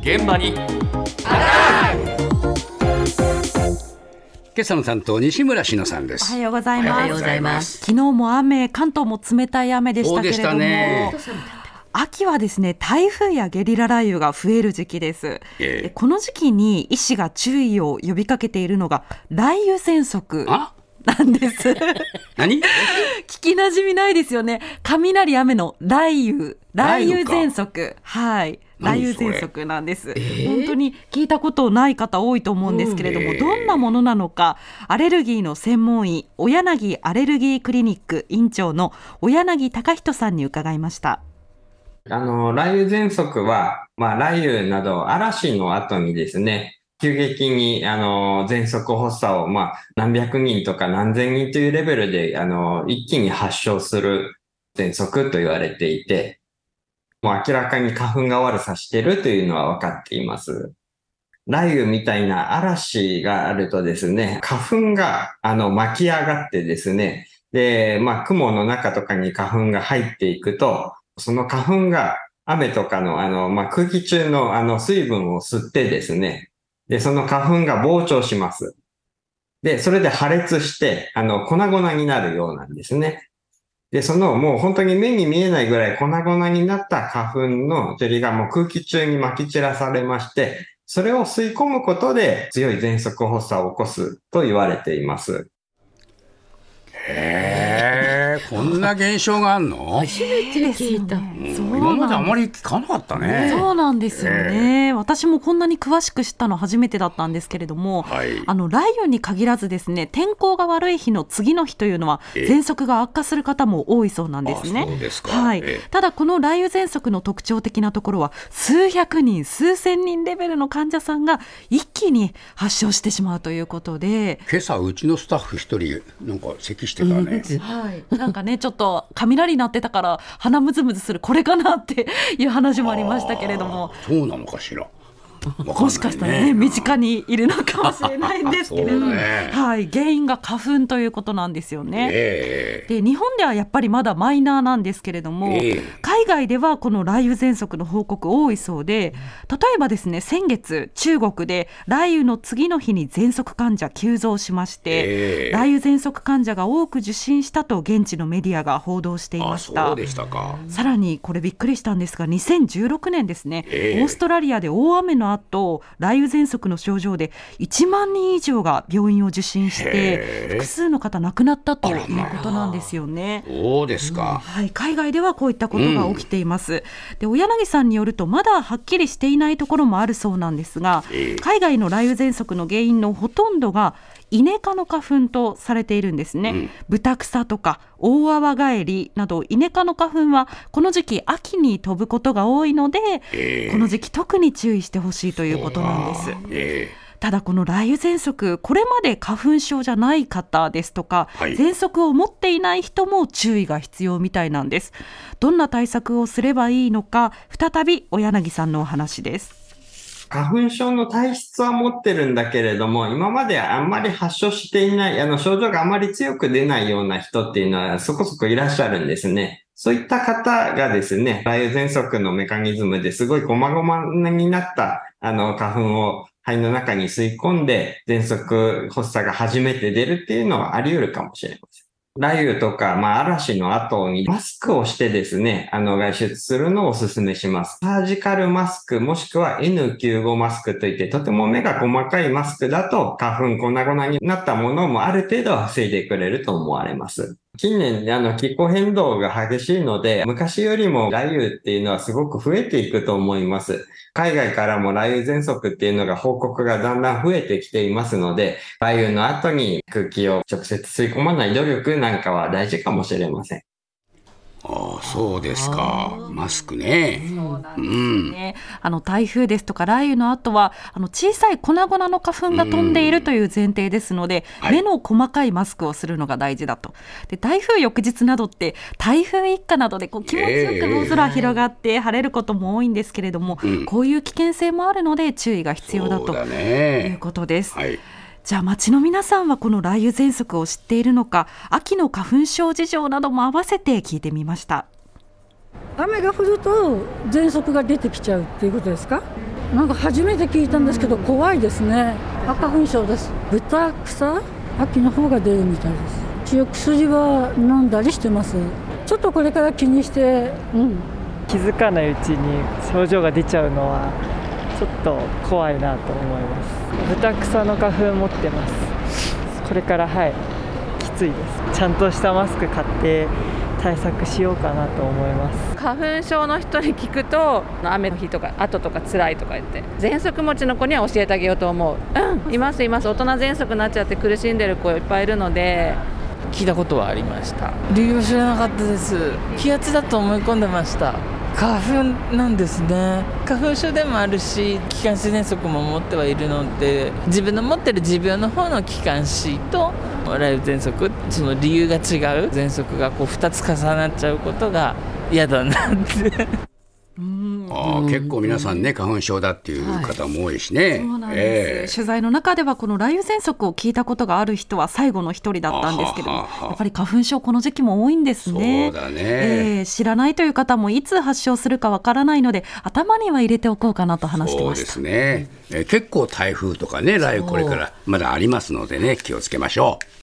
現場に今朝の担当西村篠さんです。 おはようございます。 おはようございます。 昨日も雨、関東も冷たい雨でしたけれども、 そうでしたね。 秋はですね、台風やゲリラ雷雨が増える時期です。この時期に医師が注意を呼びかけているのが雷雨喘息なんです何？ 聞きなじみないですよね。雷雨の雷雨喘息、はい、雷雨喘息なんです。本当に聞いたことない方多いと思うんですけれども、どんなものなのか、アレルギーの専門医、小柳アレルギークリニック院長の小柳貴人さんに伺いました。 雷雨喘息は、雷雨など嵐の後にですね、急激に、喘息発作を、何百人とか何千人というレベルで、一気に発症する喘息と言われていて、もう明らかに花粉が悪さしているというのは分かっています。雷雨みたいな嵐があるとですね、花粉が、巻き上がってですね、で、雲の中とかに花粉が入っていくと、その花粉が雨とかの、空気中の水分を吸ってですね、で、その花粉が膨張します。で、それで破裂して、粉々になるようなんですね。で、もう本当に目に見えないぐらい粉々になった花粉の塵がもう空気中に撒き散らされまして、それを吸い込むことで強い喘息発作を起こすと言われています。 こんな現象があるの？ 初めて聞いた。 今まであまり聞かなかったね。 そうなんですよね。私もこんなに詳しく知ったの初めてだったんですけれども、雷雨に限らずですね、天候が悪い日の次の日というのは喘息が悪化する方も多いそうなんですね。 そうですか。 ただこの雷雨喘息の特徴的なところは、数百人数千人レベルの患者さんが一気に発症してしまうということで、 今朝うちのスタッフ一人なんか咳してたね。 なんかね、ちょっと雷鳴ってたから鼻ムズムズする、これかなっていう話もありましたけれども、 そうなのかしら。 もしかしたらね、身近にいるのかもしれないんですけれども、原因が花粉ということなんですよね。で、日本ではやっぱりまだマイナーなんですけれども、海外ではこの雷雨喘息の報告多いそうで、例えばですね、先月中国で雷雨の次の日に喘息患者急増しまして、雷雨喘息患者が多く受診したと現地のメディアが報道していました。 そうでしたか。 さらにこれびっくりしたんですが、2016年ですね、オーストラリアで大雨の後、雷雨喘息の症状で1万人以上が病院を受診して、複数の方亡くなったということなんですよね。 そうですか。 海外ではこういったことが起きています。で、小柳さんによると、まだはっきりしていないところもあるそうなんですが、海外の雷雨喘息の原因のほとんどがイネ科の花粉とされているんですね。ブタクサとかオオアワガエリなどイネ科の花粉はこの時期秋に飛ぶことが多いので、この時期特に注意してほしいということなんです。ただこの雷雨喘息、これまで花粉症じゃない方ですとか、喘息を持っていない人も注意が必要みたいなんです。どんな対策をすればいいのか、再び小柳さんのお話です。 花粉症の体質は持ってるんだけれども、今まであんまり発症していない、症状があまり強く出ないような人っていうのはそこそこいらっしゃるんですね。そういった方がですね、雷雨喘息のメカニズムですごい細々になった花粉を肺の中に吸い込んで喘息発作が初めて出るっていうのはあり得るかもしれません。雷雨とか、嵐の後にマスクをしてですね、外出するのをお勧めします。サージカルマスクもしくは N95 マスクといって、とても目が細かいマスクだと花粉粉々になったものもある程度は防いでくれると思われます。近年、気候変動が激しいので、昔よりも雷雨っていうのはすごく増えていくと思います。海外からも雷雨喘息っていうのが報告がだんだん増えてきていますので、雷雨の後に空気を直接吸い込まない努力なんかは大事かもしれません。 そうですか。マスクね。 そうなんですね。台風ですとか雷雨の後は小さい粉々の花粉が飛んでいるという前提ですので、目の細かいマスクをするのが大事だと。で、台風翌日などって台風一過などで気持ちよく青空広がって晴れることも多いんですけれども、こういう危険性もあるので注意が必要だということです。じゃあ街の皆さんはこの雷雨喘息を知っているのか、秋の花粉症事情なども合わせて聞いてみました。 雨が降ると喘息が出てきちゃうっていうことですか？ なんか初めて聞いたんですけど、怖いですね。花粉症です。豚草、秋の方が出るみたいです。一応薬は飲んだりしてます。ちょっとこれから気にして、 気づかないうちに症状が出ちゃうのはちょっと怖いなと思います。豚草の花粉持ってます。これからきついです。ちゃんとしたマスク買って対策しようかなと思います。 花粉症の人に聞くと、雨の日とか後とか辛いとか言って、喘息持ちの子には教えてあげようと思う。います。大人喘息になっちゃって苦しんでる子いっぱいいるので。 聞いたことはありました。理由は知らなかったです。気圧だと思い込んでました。花粉なんですね。花粉症でもあるし、気管支喘息も持ってはいるので、自分の持ってる持病の方の気管支と雷雨喘息、その理由が違う喘息が2つ重なっちゃうことが嫌だなって結構皆さんね、花粉症だっていう方も多いしね。 そうなんです。取材の中ではこの雷雨喘息を聞いたことがある人は最後の一人だったんですけども、やっぱり花粉症この時期も多いんですね。 そうだね、 知らないという方もいつ発症するかわからないので、頭には入れておこうかなと話してました。 そうですね、結構台風とかね、雷雨これからまだありますのでね、気をつけましょう。